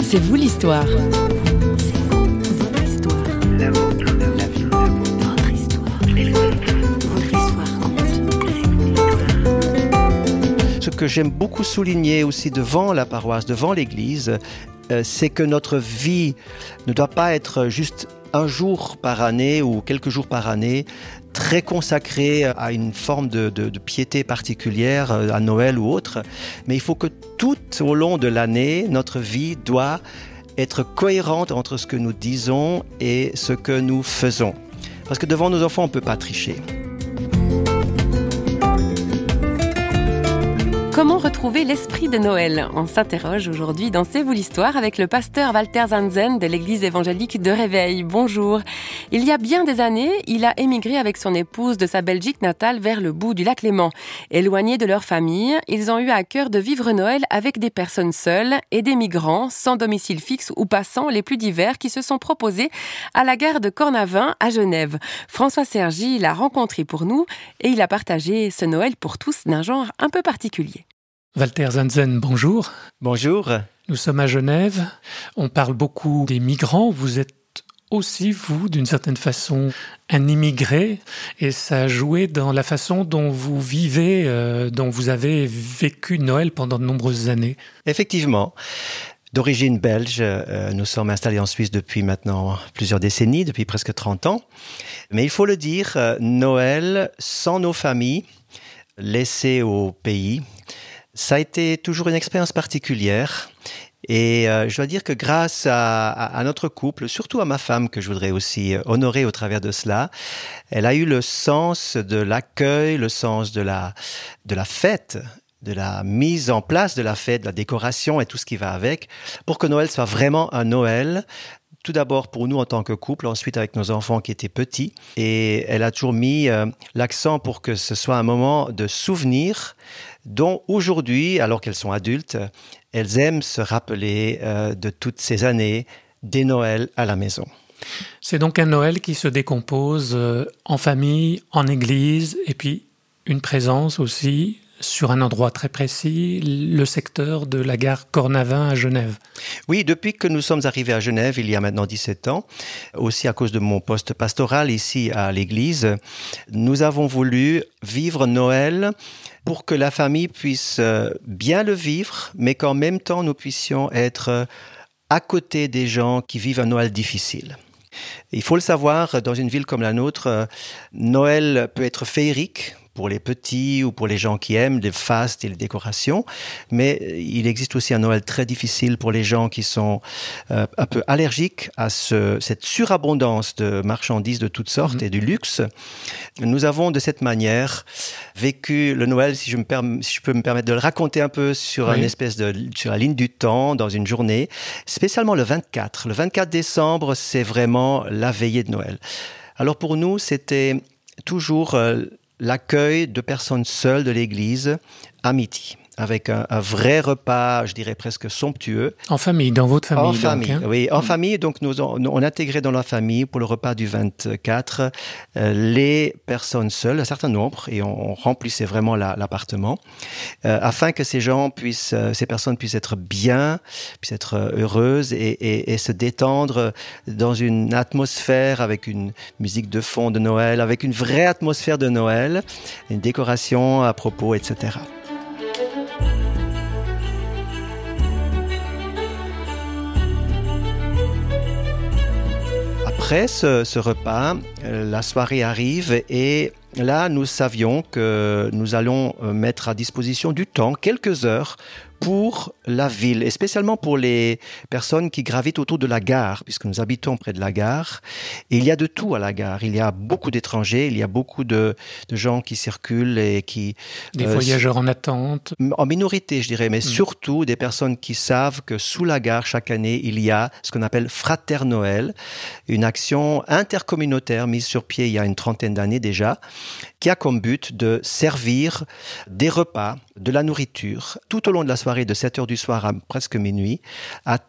C'est vous l'histoire. Votre histoire. La vôtre. La vie. Votre histoire. Votre histoire compte. Ce que j'aime beaucoup souligner aussi devant la paroisse, devant l'Église, c'est que notre vie ne doit pas être juste un jour par année ou quelques jours par année, très consacré à une forme de piété particulière, à Noël ou autre, mais il faut que tout au long de l'année, notre vie doit être cohérente entre ce que nous disons et ce que nous faisons. Parce que devant nos enfants, on ne peut pas tricher. Comment retrouver l'esprit de Noël ? On s'interroge aujourd'hui dans C'est vous l'histoire avec le pasteur Walter Zanzen de l'église évangélique de Réveil. Bonjour. Il y a bien des années, il a émigré avec son épouse de sa Belgique natale vers le bout du lac Léman. Éloignés de leur famille, ils ont eu à cœur de vivre Noël avec des personnes seules et des migrants sans domicile fixe ou passants les plus divers qui se sont proposés à la gare de Cornavin à Genève. François Sergi l'a rencontré pour nous et il a partagé ce Noël pour tous d'un genre un peu particulier. Walter Zanzen, bonjour. Bonjour. Nous sommes à Genève. On parle beaucoup des migrants. Vous êtes aussi, vous, d'une certaine façon, un immigré. Et ça a joué dans la façon dont vous vivez, dont vous avez vécu Noël pendant de nombreuses années. Effectivement. D'origine belge, nous sommes installés en Suisse depuis maintenant plusieurs décennies, depuis presque 30 ans. Mais il faut le dire, Noël sans nos familles, laissées au pays, ça a été toujours une expérience particulière et je dois dire que grâce à notre couple, surtout à ma femme que je voudrais aussi honorer au travers de cela, elle a eu le sens de l'accueil, le sens de la fête, de la mise en place de la fête, de la décoration et tout ce qui va avec, pour que Noël soit vraiment un Noël. Tout d'abord pour nous en tant que couple, ensuite avec nos enfants qui étaient petits. Et elle a toujours mis l'accent pour que ce soit un moment de souvenir dont aujourd'hui, alors qu'elles sont adultes, elles aiment se rappeler de toutes ces années des Noëls à la maison. C'est donc un Noël qui se décompose en famille, en église, et puis une présence aussi sur un endroit très précis, le secteur de la gare Cornavin à Genève. Oui, depuis que nous sommes arrivés à Genève, il y a maintenant 17 ans, aussi à cause de mon poste pastoral ici à l'église, nous avons voulu vivre Noël pour que la famille puisse bien le vivre, mais qu'en même temps nous puissions être à côté des gens qui vivent un Noël difficile. Il faut le savoir, dans une ville comme la nôtre, Noël peut être féerique, pour les petits ou pour les gens qui aiment les fastes et les décorations, mais il existe aussi un Noël très difficile pour les gens qui sont un peu allergiques à cette surabondance de marchandises de toutes sortes et du luxe. Nous avons de cette manière vécu le Noël, si je peux me permettre de le raconter un peu sur sur la ligne du temps, dans une journée, spécialement le 24. Le 24 décembre, c'est vraiment la veillée de Noël. Alors pour nous, c'était toujours l'accueil de personnes seules de l'église à midi, avec un vrai repas, je dirais presque somptueux. En famille, dans votre famille. En famille, donc, hein. Oui. En famille, donc on intégrait dans la famille pour le repas du 24 les personnes seules, un certain nombre, et on remplissait vraiment l'appartement, afin que ces personnes puissent être bien, puissent être heureuses et se détendre dans une atmosphère avec une musique de fond de Noël, avec une vraie atmosphère de Noël, une décoration à propos, etc. Après ce repas, la soirée arrive et là, nous savions que nous allons mettre à disposition du temps, quelques heures, pour la ville, et spécialement pour les personnes qui gravitent autour de la gare, puisque nous habitons près de la gare. Et il y a de tout à la gare. Il y a beaucoup d'étrangers, il y a beaucoup de gens qui circulent et qui... Des voyageurs en attente. En minorité, je dirais, mais surtout des personnes qui savent que sous la gare, chaque année, il y a ce qu'on appelle Frater Noël, une action intercommunautaire mise sur pied il y a une 30aine d'années déjà, qui a comme but de servir des repas, de la nourriture, tout au long de la soirée, de 7h du soir à presque minuit, à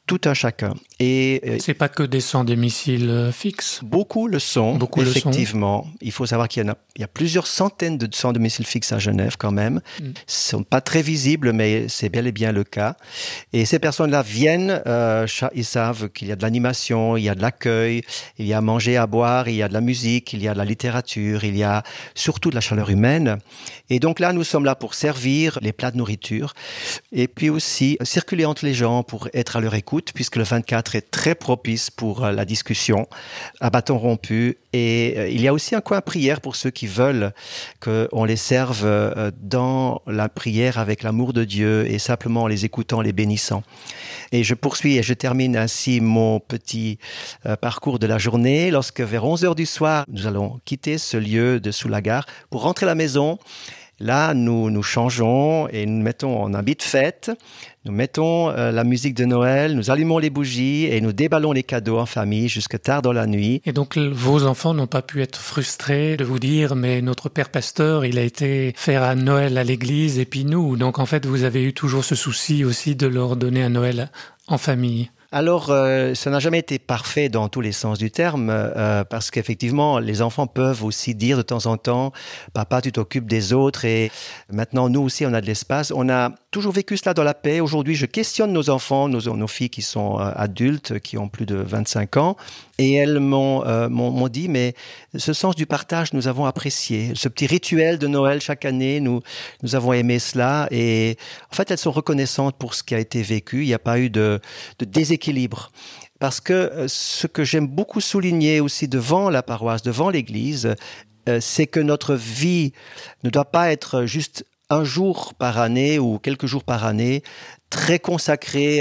tout un chacun. Et c'est pas que des sans-domicile fixes. Beaucoup le sont, effectivement. Il faut savoir qu'il y a plusieurs centaines de sans-domicile fixes à Genève quand même. Ils ne sont pas très visibles, mais c'est bel et bien le cas. Et ces personnes-là viennent, ils savent qu'il y a de l'animation, il y a de l'accueil, il y a à manger, à boire, il y a de la musique, il y a de la littérature, il y a surtout de la chaleur humaine. Et donc là, nous sommes là pour servir les plats de nourriture et puis aussi circuler entre les gens pour être à leur écoute, puisque le 24 est très propice pour la discussion à bâton rompu. Et il y a aussi un coin prière pour ceux qui veulent qu'on les serve dans la prière avec l'amour de Dieu et simplement en les écoutant, en les bénissant. Et je poursuis et je termine ainsi mon petit parcours de la journée lorsque vers 11h du soir, nous allons quitter ce lieu de sous la gare pour rentrer à la maison. Là, nous changeons et nous mettons en habit de fête, nous mettons la musique de Noël, nous allumons les bougies et nous déballons les cadeaux en famille jusque tard dans la nuit. Et donc, vos enfants n'ont pas pu être frustrés de vous dire « mais notre père pasteur, il a été faire un Noël à l'église et puis nous ». Donc, en fait, vous avez eu toujours ce souci aussi de leur donner un Noël en famille. Alors, ça n'a jamais été parfait dans tous les sens du terme, parce qu'effectivement, les enfants peuvent aussi dire de temps en temps « Papa, tu t'occupes des autres » et maintenant, nous aussi, on a de l'espace. On a toujours vécu cela dans la paix. Aujourd'hui, je questionne nos enfants, nos filles qui sont adultes, qui ont plus de 25 ans, et elles m'ont dit « Mais ce sens du partage, nous avons apprécié. Ce petit rituel de Noël chaque année, nous avons aimé cela. » Et en fait, elles sont reconnaissantes pour ce qui a été vécu. Il n'y a pas eu de déséquilibre. Parce que ce que j'aime beaucoup souligner aussi devant la paroisse, devant l'Église, c'est que notre vie ne doit pas être juste un jour par année ou quelques jours par année, très consacré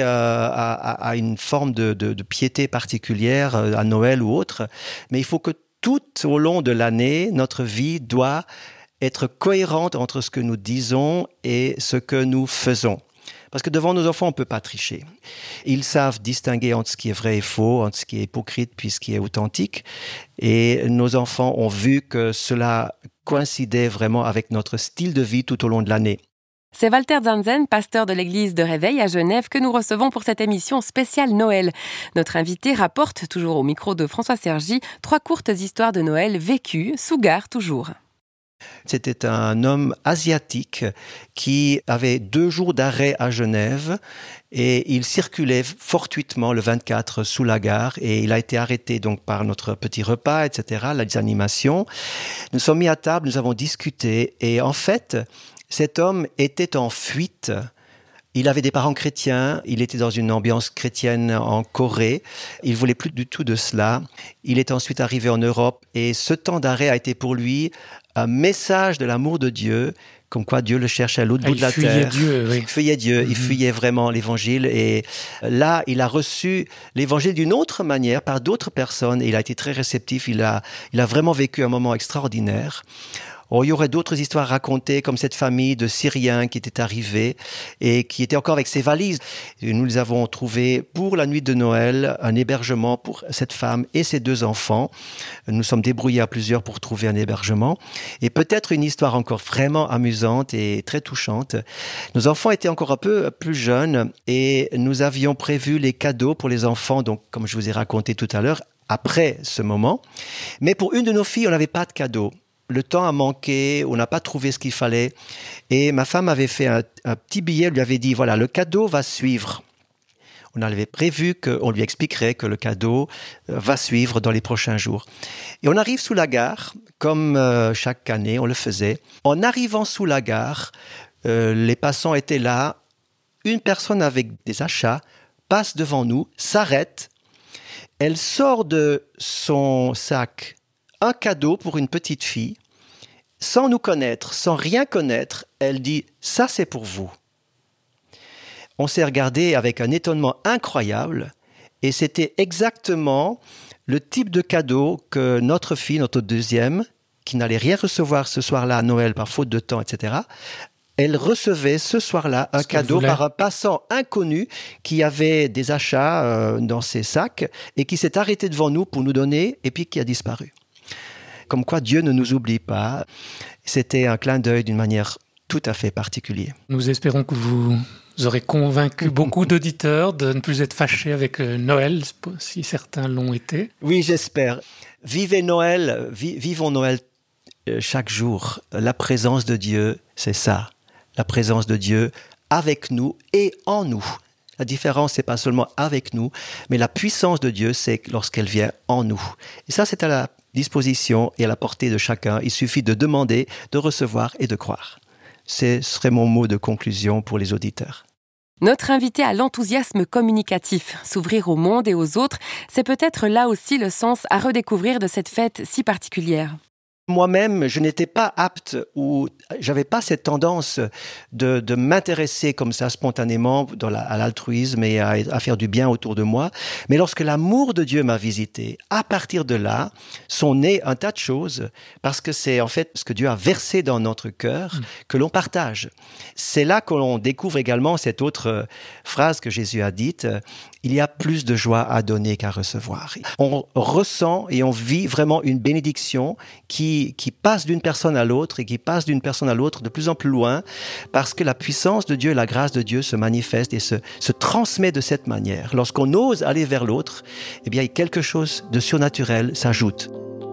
à une forme de piété particulière, à Noël ou autre. Mais il faut que tout au long de l'année, notre vie doit être cohérente entre ce que nous disons et ce que nous faisons. Parce que devant nos enfants, on ne peut pas tricher. Ils savent distinguer entre ce qui est vrai et faux, entre ce qui est hypocrite puis ce qui est authentique. Et nos enfants ont vu que cela coïncidait vraiment avec notre style de vie tout au long de l'année. C'est Walter Zanzen, pasteur de l'église de Réveil à Genève, que nous recevons pour cette émission spéciale Noël. Notre invité rapporte, toujours au micro de François Sergi, 3 courtes histoires de Noël vécues, sous gare toujours. C'était un homme asiatique qui avait 2 jours d'arrêt à Genève et il circulait fortuitement le 24 sous la gare et il a été arrêté donc par notre petit repas, etc., les animations. Nous sommes mis à table, nous avons discuté et en fait, cet homme était en fuite. Il avait des parents chrétiens, il était dans une ambiance chrétienne en Corée, il voulait plus du tout de cela. Il est ensuite arrivé en Europe et ce temps d'arrêt a été pour lui un message de l'amour de Dieu, comme quoi Dieu le cherchait à l'autre bout de la terre. Il fuyait Dieu, il fuyait vraiment l'évangile et là, il a reçu l'évangile d'une autre manière par d'autres personnes et il a été très réceptif, il a vraiment vécu un moment extraordinaire. Il y aurait d'autres histoires racontées, comme cette famille de Syriens qui était arrivée et qui était encore avec ses valises. Et nous les avons trouvés pour la nuit de Noël, un hébergement pour cette femme et ses 2 enfants. Nous sommes débrouillés à plusieurs pour trouver un hébergement. Et peut-être une histoire encore vraiment amusante et très touchante. Nos enfants étaient encore un peu plus jeunes et nous avions prévu les cadeaux pour les enfants, donc comme je vous ai raconté tout à l'heure, après ce moment. Mais pour une de nos filles, on n'avait pas de cadeau. Le temps a manqué, on n'a pas trouvé ce qu'il fallait. Et ma femme avait fait un petit billet, elle lui avait dit, voilà, le cadeau va suivre. On avait prévu qu'on lui expliquerait que le cadeau va suivre dans les prochains jours. Et on arrive sous la gare, comme chaque année, on le faisait. En arrivant sous la gare, les passants étaient là. Une personne avec des achats passe devant nous, s'arrête. Elle sort de son sac un cadeau pour une petite fille, sans nous connaître, sans rien connaître, elle dit « ça c'est pour vous ». On s'est regardé avec un étonnement incroyable et c'était exactement le type de cadeau que notre fille, notre deuxième, qui n'allait rien recevoir ce soir-là à Noël par faute de temps, etc., elle recevait ce soir-là un cadeau par un passant inconnu qui avait des achats dans ses sacs et qui s'est arrêté devant nous pour nous donner et puis qui a disparu. Comme quoi Dieu ne nous oublie pas. C'était un clin d'œil d'une manière tout à fait particulière. Nous espérons que vous Vous aurez convaincu beaucoup d'auditeurs de ne plus être fâchés avec Noël, si certains l'ont été. Oui, j'espère. Vivez Noël, vivons Noël chaque jour. La présence de Dieu, c'est ça. La présence de Dieu avec nous et en nous. La différence, c'est pas seulement avec nous, mais la puissance de Dieu, c'est lorsqu'elle vient en nous. Et ça, c'est à la disposition et à la portée de chacun. Il suffit de demander, de recevoir et de croire. Ce serait mon mot de conclusion pour les auditeurs. Notre invité a l'enthousiasme communicatif. S'ouvrir au monde et aux autres, c'est peut-être là aussi le sens à redécouvrir de cette fête si particulière. Moi-même, je n'étais pas apte ou j'avais pas cette tendance de m'intéresser comme ça spontanément à l'altruisme et à faire du bien autour de moi. Mais lorsque l'amour de Dieu m'a visité, à partir de là, sont nées un tas de choses parce que c'est en fait ce que Dieu a versé dans notre cœur que l'on partage. C'est là que l'on découvre également cette autre phrase que Jésus a dite. Il y a plus de joie à donner qu'à recevoir. On ressent et on vit vraiment une bénédiction qui passe d'une personne à l'autre et qui passe d'une personne à l'autre de plus en plus loin parce que la puissance de Dieu et la grâce de Dieu se manifeste et se transmet de cette manière. Lorsqu'on ose aller vers l'autre, eh bien, quelque chose de surnaturel s'ajoute.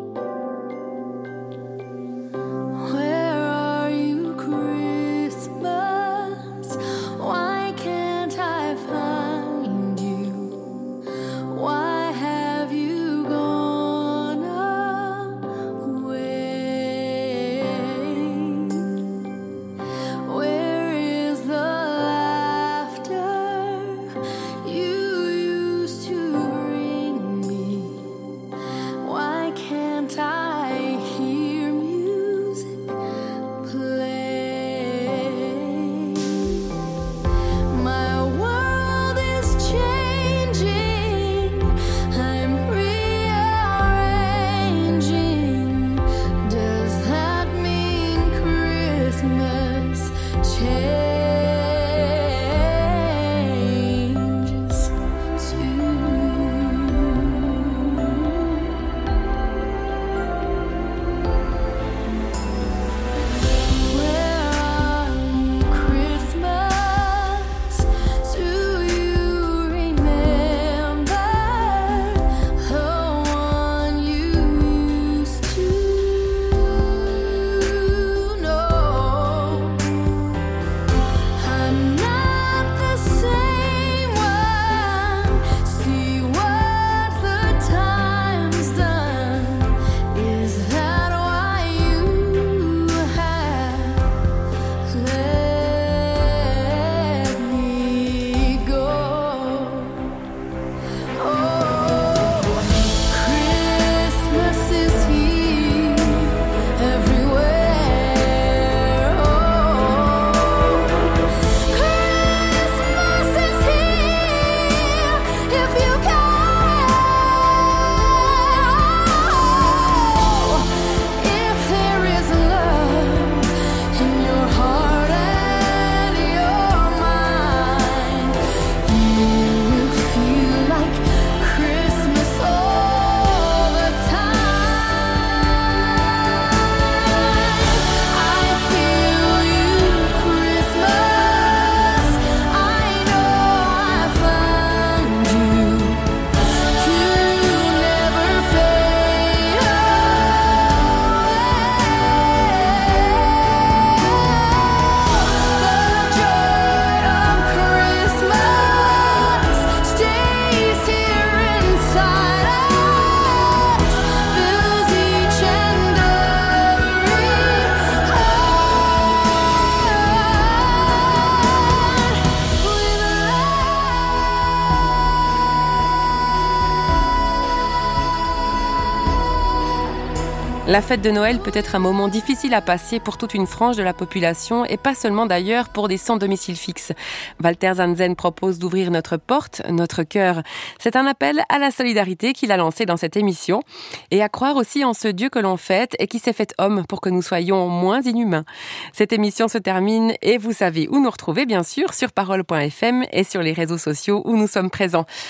La fête de Noël peut être un moment difficile à passer pour toute une frange de la population et pas seulement d'ailleurs pour des sans domicile fixe. Walter Zanzen propose d'ouvrir notre porte, notre cœur. C'est un appel à la solidarité qu'il a lancé dans cette émission et à croire aussi en ce Dieu que l'on fête et qui s'est fait homme pour que nous soyons moins inhumains. Cette émission se termine et vous savez où nous retrouver bien sûr sur parole.fm et sur les réseaux sociaux où nous sommes présents.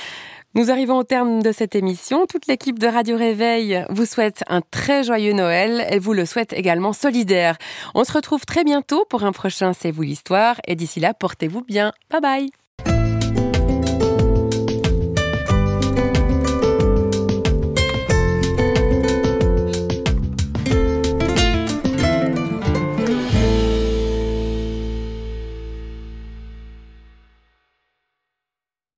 Nous arrivons au terme de cette émission. Toute l'équipe de Radio Réveil vous souhaite un très joyeux Noël et vous le souhaite également solidaire. On se retrouve très bientôt pour un prochain C'est vous l'histoire et d'ici là, portez-vous bien. Bye bye.